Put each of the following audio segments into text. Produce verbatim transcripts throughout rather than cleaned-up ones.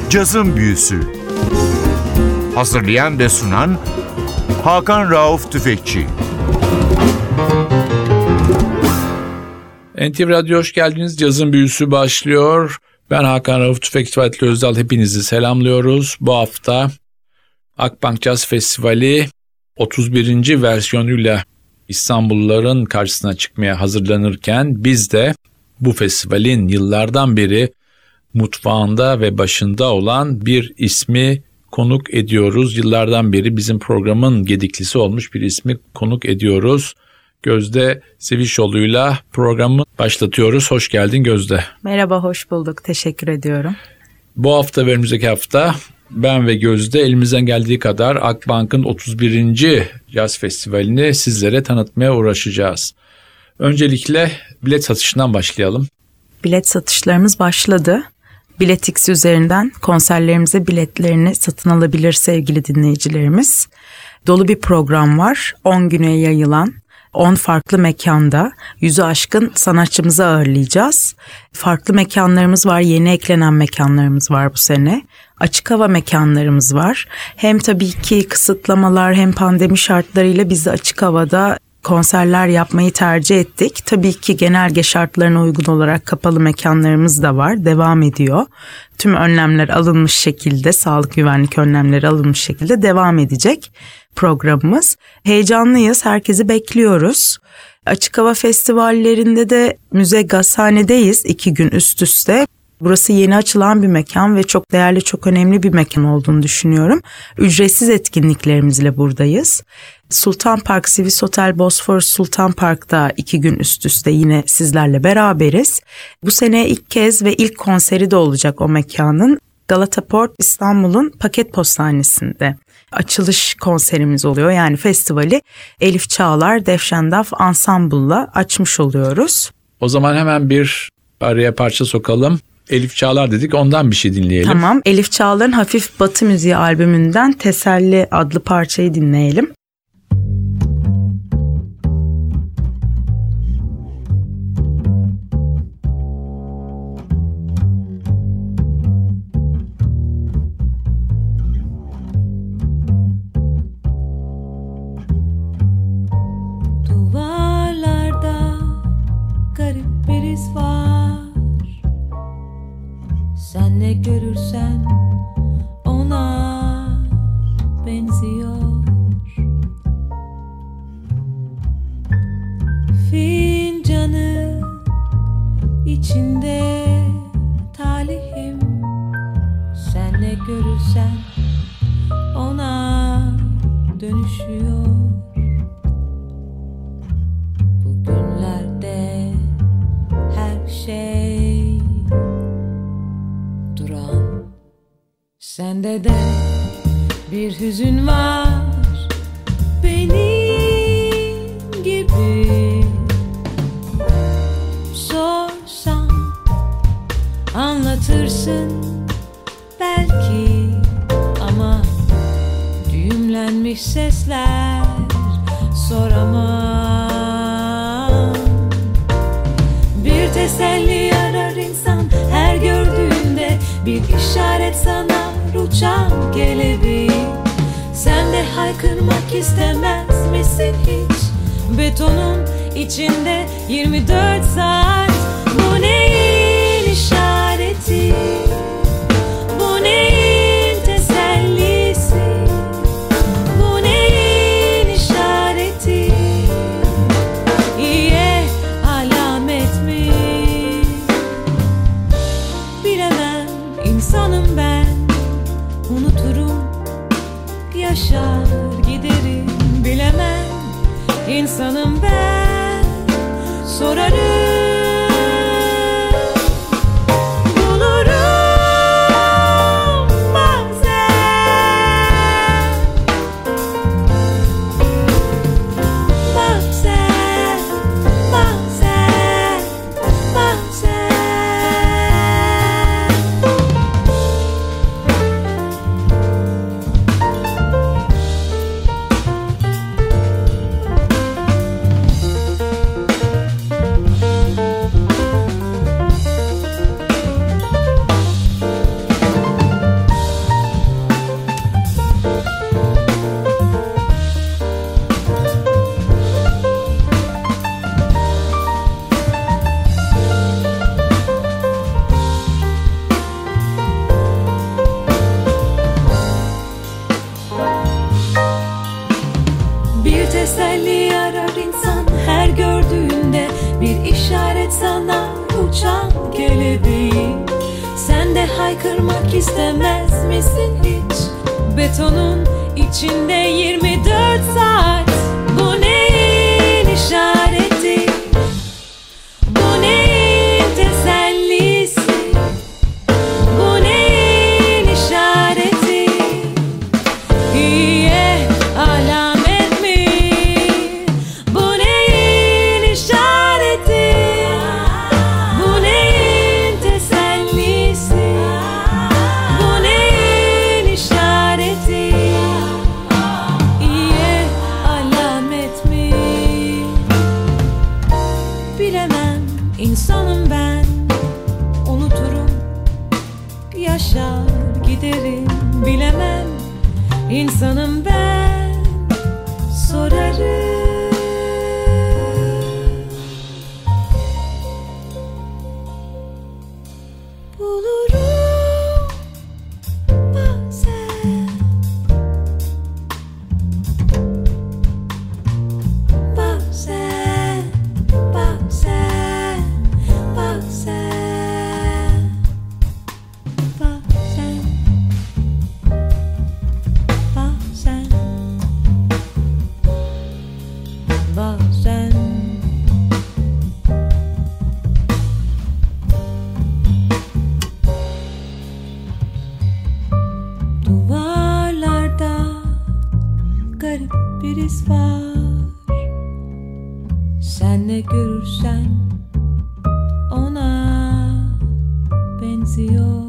Cazın Büyüsü. Hazırlayan ve sunan Hakan Rauf Tüfekçi. N T V Radyo hoş geldiniz. Cazın Büyüsü başlıyor. Ben Hakan Rauf Tüfekçi ve Özdal. Hepinizi selamlıyoruz. Bu hafta Akbank Caz Festivali otuz birinci versiyonuyla İstanbulluların karşısına çıkmaya hazırlanırken biz de bu festivalin yıllardan beri mutfağında ve başında olan bir ismi konuk ediyoruz. Yıllardan beri bizim programın gediklisi olmuş bir ismi konuk ediyoruz. Gözde Sevişoğlu'yla programı başlatıyoruz. Hoş geldin Gözde. Merhaba, hoş bulduk. Teşekkür ediyorum. Bu hafta ve önümüzdeki hafta ben ve Gözde elimizden geldiği kadar Akbank'ın otuz birinci Caz Festivali'ni sizlere tanıtmaya uğraşacağız. Öncelikle bilet satışından başlayalım. Bilet satışlarımız başladı. Biletix üzerinden konserlerimize biletlerini satın alabilir sevgili dinleyicilerimiz. Dolu bir program var. on güne yayılan on farklı mekanda yüzü aşkın sanatçımızı ağırlayacağız. Farklı mekanlarımız var, yeni eklenen mekanlarımız var bu sene. Açık hava mekanlarımız var. Hem tabii ki kısıtlamalar hem pandemi şartlarıyla biz de açık havada konserler yapmayı tercih ettik. Tabii ki genelge şartlarına uygun olarak kapalı mekanlarımız da var, devam ediyor. Tüm önlemler alınmış şekilde, sağlık güvenlik önlemleri alınmış şekilde devam edecek programımız. Heyecanlıyız, herkesi bekliyoruz. Açık hava festivallerinde de Müze Gazhane'deyiz iki gün üst üste. Burası yeni açılan bir mekan ve çok değerli, çok önemli bir mekan olduğunu düşünüyorum. Ücretsiz etkinliklerimizle buradayız. Sultan Park, Sivis Otel Bosphorus Sultan Park'ta iki gün üst üste yine sizlerle beraberiz. Bu sene ilk kez ve ilk konseri de olacak o mekanın. Galata Port İstanbul'un Paket Postanesi'nde açılış konserimiz oluyor. Yani festivali Elif Çağlar Defşendaf Ensemble'la açmış oluyoruz. O zaman hemen bir araya parça sokalım. Elif Çağlar dedik, ondan bir şey dinleyelim. Tamam, Elif Çağlar'ın Hafif Batı Müziği albümünden Teselli adlı parçayı dinleyelim. Duvarlarda garip bir iz var. Sen ne görürsen ona benziyor. Fincanı içinde talihim. Sen ne görürsen ona dönüşüyor. Bugünlerde her şey duran, sende de bir hüzün var benim gibi. Sorsam anlatırsın belki ama düğümlenmiş sesler soramam. Bir teselli arar insan her gördüğünde, bir işaret sanar uçan kelebeği. Sen de haykırmak istemez misin hiç? Betonun içinde yirmi dört saat. Bu neyin işareti? Bu neyin tesellisi? Bu neyin işareti? İyiye alamet mi? Bilemem, insanım ben. Unuturum, yaşar giderim. Bilemem, insanım ben. Sorarım. teselli arar insan her gördüğünde, bir işaret sana uçan kelebeği. Sen de haykırmak istemez misin hiç? Betonun içinde yirmi dört saat. Bu neyin işareti? Bu neyin tesellisi? Bu neyin işareti? İyiye alamet mi? Bu neyin işareti? Bu neyin tesellisi? Bu neyin işareti? İyiye alamet mi? Bilemem, insanım ben. Unuturum, yaşar giderim. Bilemem, insanım ben. Sorarım. Bulurum bazen. Bazen, bazen, bazen, bazen, bazen, bazen. Duvarlarda garip bir iz var. Sen ne görürsen ona benziyor.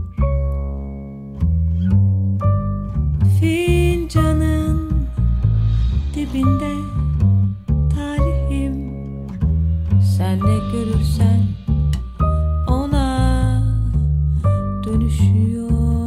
Fincanın dibinde talihim. Sen ne görürsen ona dönüşüyor.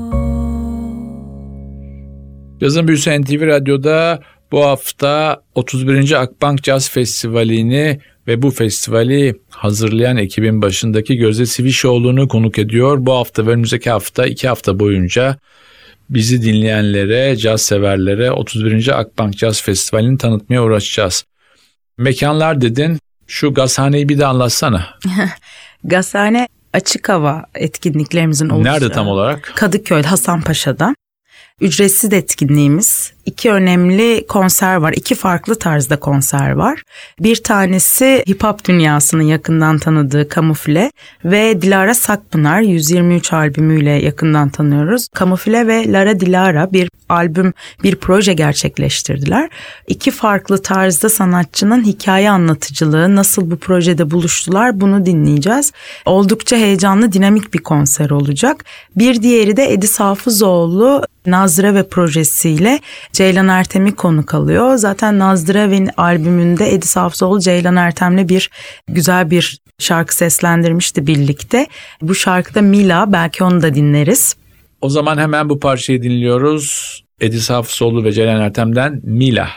Cazın Büyüsü N T V Radyo'da bu hafta otuz birinci Akbank Caz Festivali'ni ve bu festivali hazırlayan ekibin başındaki Gözde Sivişoğlu'nu konuk ediyor. Bu hafta ve önümüzdeki hafta iki hafta boyunca bizi dinleyenlere, caz severlere otuz birinci Akbank Caz Festivali'ni tanıtmaya uğraşacağız. Mekanlar dedin, şu gazhaneyi bir de anlatsana. Gazhane açık hava etkinliklerimizin olacağı. Nerede tam olarak? Kadıköy'de, Hasanpaşa'da. Ücretsiz etkinliğimiz. İki önemli konser var. İki farklı tarzda konser var. Bir tanesi hip hop dünyasının yakından tanıdığı Kamufle ve Dilara Sakpınar yüz yirmi üç albümüyle yakından tanıyoruz. Kamufle ve Lara Dilara bir albüm, bir proje gerçekleştirdiler. İki farklı tarzda sanatçının hikaye anlatıcılığı, nasıl bu projede buluştular bunu dinleyeceğiz. Oldukça heyecanlı, dinamik bir konser olacak. Bir diğeri de Edis Hafızoğlu Nazdıra ve projesiyle Ceylan Ertem'i konuk alıyor. Zaten Nazdıra ve albümünde Edis Hafızoğlu Ceylan Ertem'le bir güzel bir şarkı seslendirmişti birlikte. Bu şarkıda Mila, belki onu da dinleriz. O zaman hemen bu parçayı dinliyoruz. Edis Hafızoğlu ve Ceylan Ertem'den Mila.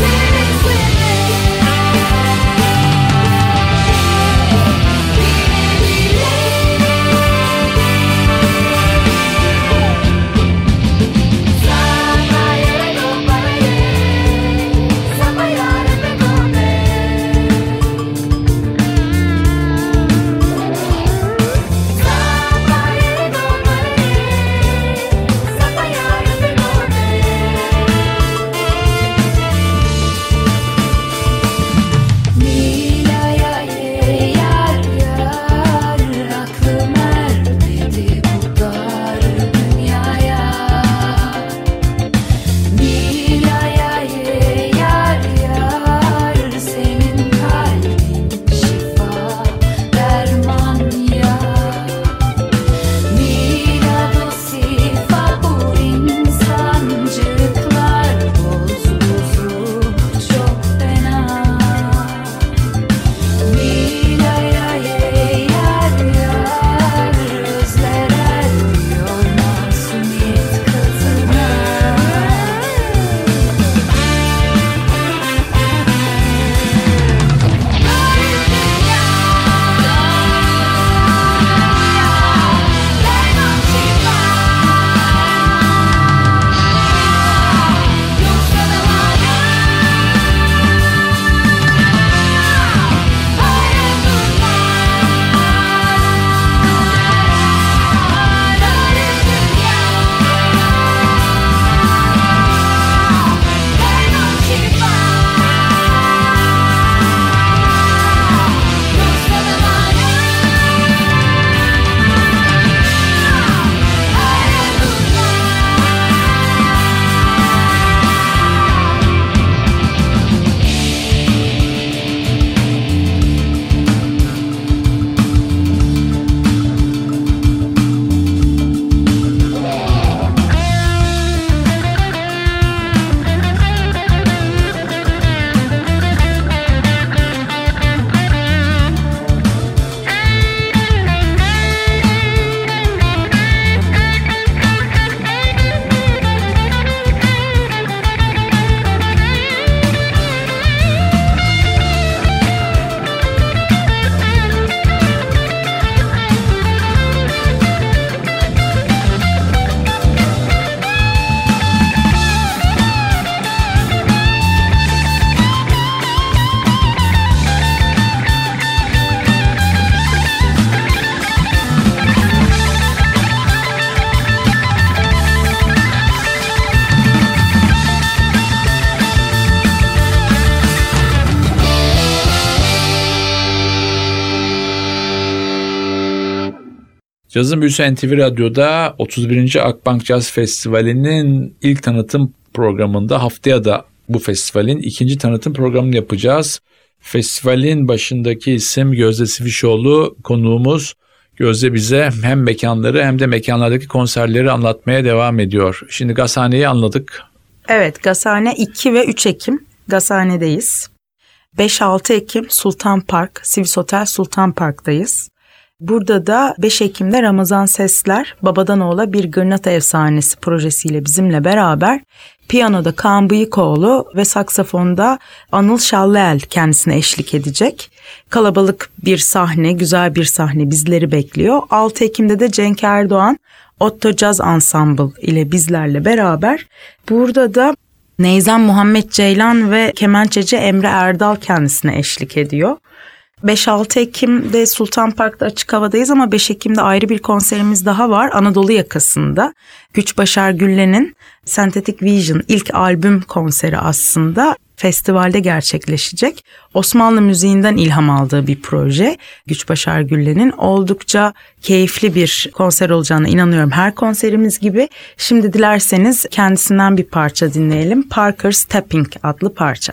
Cazın Büyüsü N T V Radyo'da otuz birinci Akbank Caz Festivali'nin ilk tanıtım programında haftaya da bu festivalin ikinci tanıtım programını yapacağız. Festivalin başındaki isim Gözde Sivişoğlu, konuğumuz. Gözde bize hem mekanları hem de mekanlardaki konserleri anlatmaya devam ediyor. Şimdi Gazhane'yi anladık. Evet, Gazhane iki ve üç Ekim Gazhane'deyiz. beş altı Ekim Sultan Park, Sivis Otel Sultan Park'tayız. Burada da beş Ekim'de Ramazan Sesler, Babadan Oğula Bir Gırnata Efsanesi projesiyle bizimle beraber piyanoda Kaan Bıyıkoğlu ve saksafonda Anıl Şallıel kendisine eşlik edecek. Kalabalık bir sahne, güzel bir sahne bizleri bekliyor. altı Ekim'de de Cenk Erdoğan Otto Jazz Ensemble ile bizlerle beraber burada da Neyzen Muhammed Ceylan ve kemençeci Emre Erdal kendisine eşlik ediyor. beş altı Ekim'de Sultan Park'ta açık havadayız ama beş Ekim'de ayrı bir konserimiz daha var Anadolu yakasında. Güç Başar Güllen'in Synthetic Vision ilk albüm konseri aslında festivalde gerçekleşecek. Osmanlı müziğinden ilham aldığı bir proje. Güç Başar Güllen'in oldukça keyifli bir konser olacağına inanıyorum her konserimiz gibi. Şimdi dilerseniz kendisinden bir parça dinleyelim. Parker's Tapping adlı parça.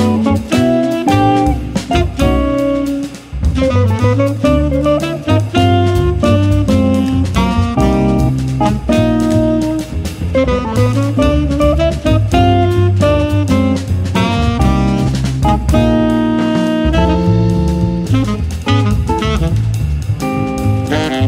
Thank you.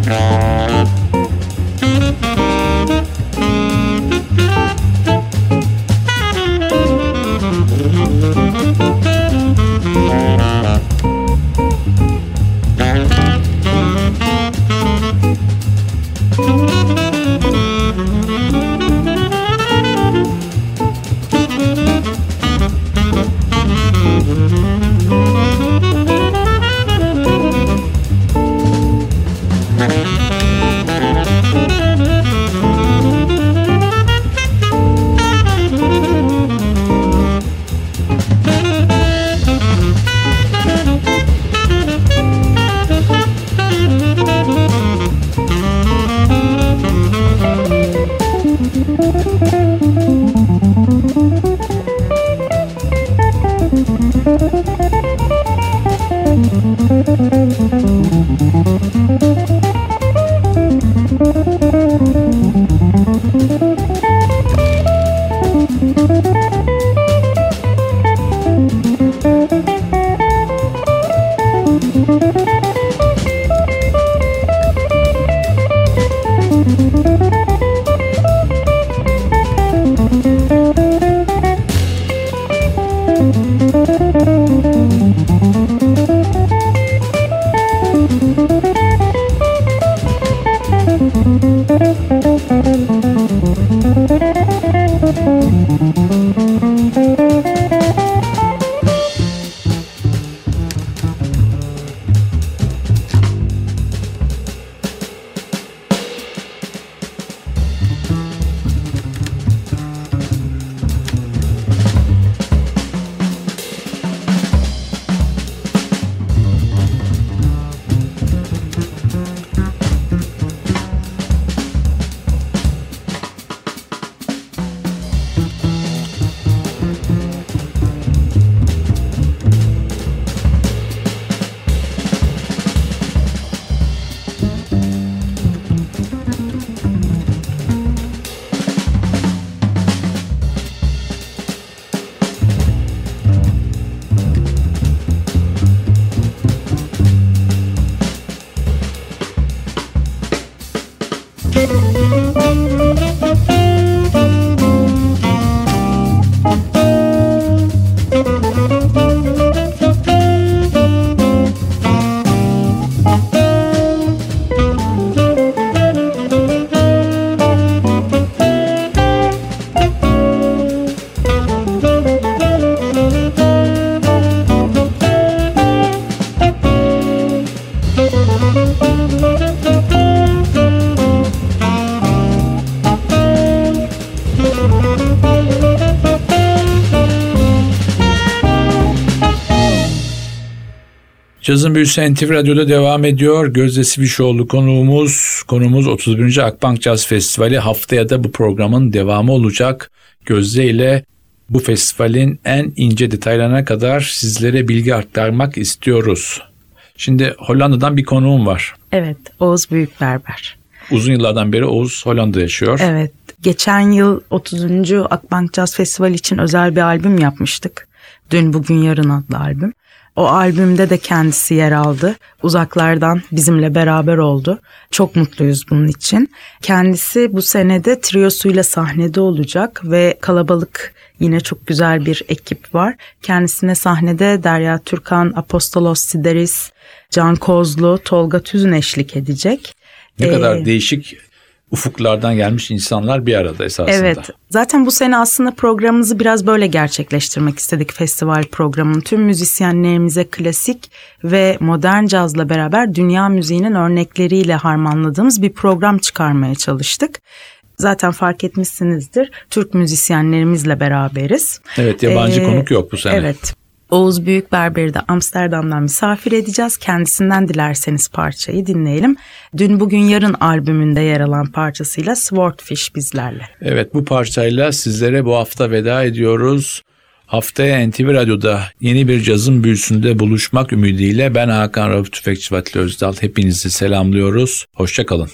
Cazın Büyüsü N T V Radyo'da devam ediyor. Gözde Sivişoğlu konuğumuz. Konumuz otuz birinci Akbank Caz Festivali. Haftaya da bu programın devamı olacak. Gözde ile bu festivalin en ince detaylarına kadar sizlere bilgi aktarmak istiyoruz. Şimdi Hollanda'dan bir konuğum var. Evet, Oğuz Büyükberber. Uzun yıllardan beri Oğuz Hollanda'da yaşıyor. Evet, geçen yıl otuzuncu Akbank Caz Festivali için özel bir albüm yapmıştık. Dün Bugün Yarın adlı albüm. O albümde de kendisi yer aldı. Uzaklardan bizimle beraber oldu. Çok mutluyuz bunun için. Kendisi bu senede triyosuyla sahnede olacak ve kalabalık, yine çok güzel bir ekip var. Kendisine sahnede Derya Türkan, Apostolos Sideris, Can Kozlu, Tolga Tüzün eşlik edecek. Ne ee, kadar ee, değişik ufuklardan gelmiş insanlar bir arada esasında. Evet, zaten bu sene aslında programımızı biraz böyle gerçekleştirmek istedik, festival programının. Tüm müzisyenlerimize klasik ve modern cazla beraber dünya müziğinin örnekleriyle harmanladığımız bir program çıkarmaya çalıştık. Zaten fark etmişsinizdir, Türk müzisyenlerimizle beraberiz. Evet, yabancı ee, konuk yok bu sene. Evet. Oğuz Büyükberber'i de Amsterdam'dan misafir edeceğiz. Kendisinden dilerseniz parçayı dinleyelim. Dün Bugün Yarın albümünde yer alan parçasıyla Swordfish bizlerle. Evet, bu parçayla sizlere bu hafta veda ediyoruz. Haftaya N T V Radyo'da yeni bir cazın büyüsünde buluşmak ümidiyle ben Hakan Rauf Tüfekçi ve Atli Özdal hepinizi selamlıyoruz. Hoşça kalın.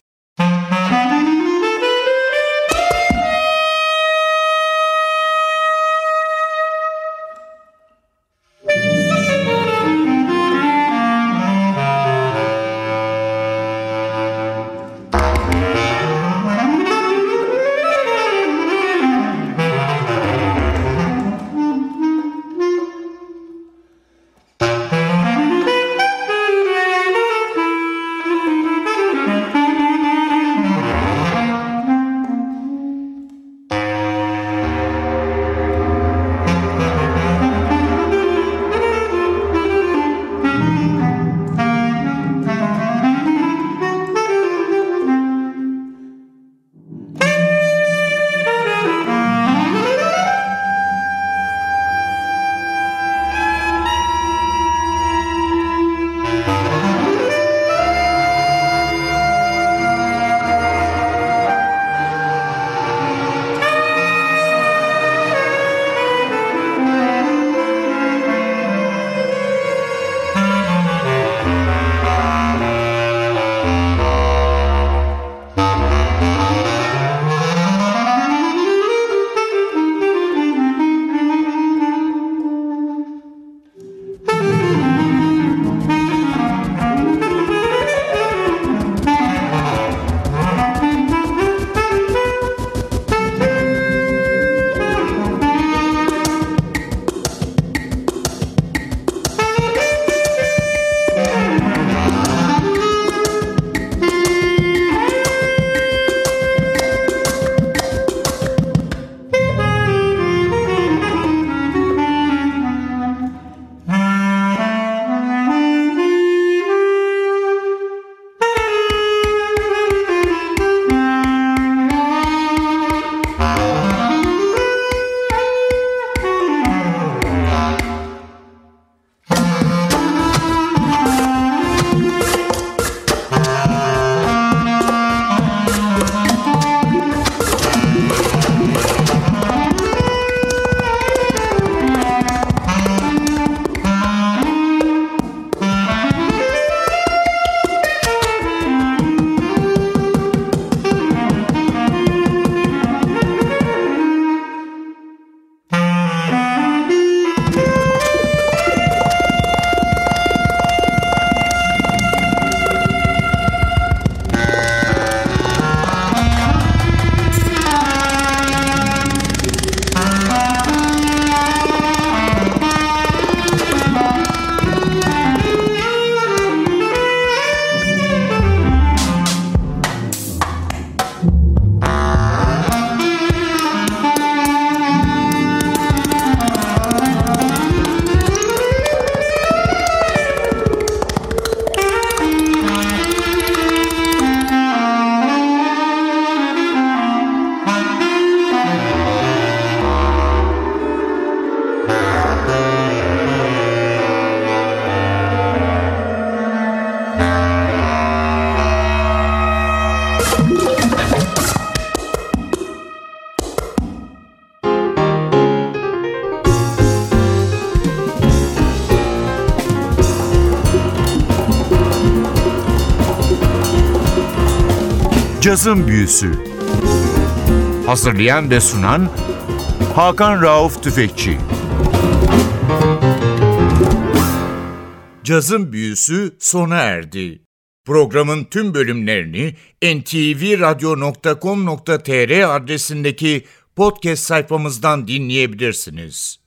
Cazın Büyüsü. Hazırlayan ve sunan Hakan Rauf Tüfekçi. Cazın Büyüsü sona erdi. Programın tüm bölümlerini en te ve radyo nokta com nokta te er adresindeki podcast sayfamızdan dinleyebilirsiniz.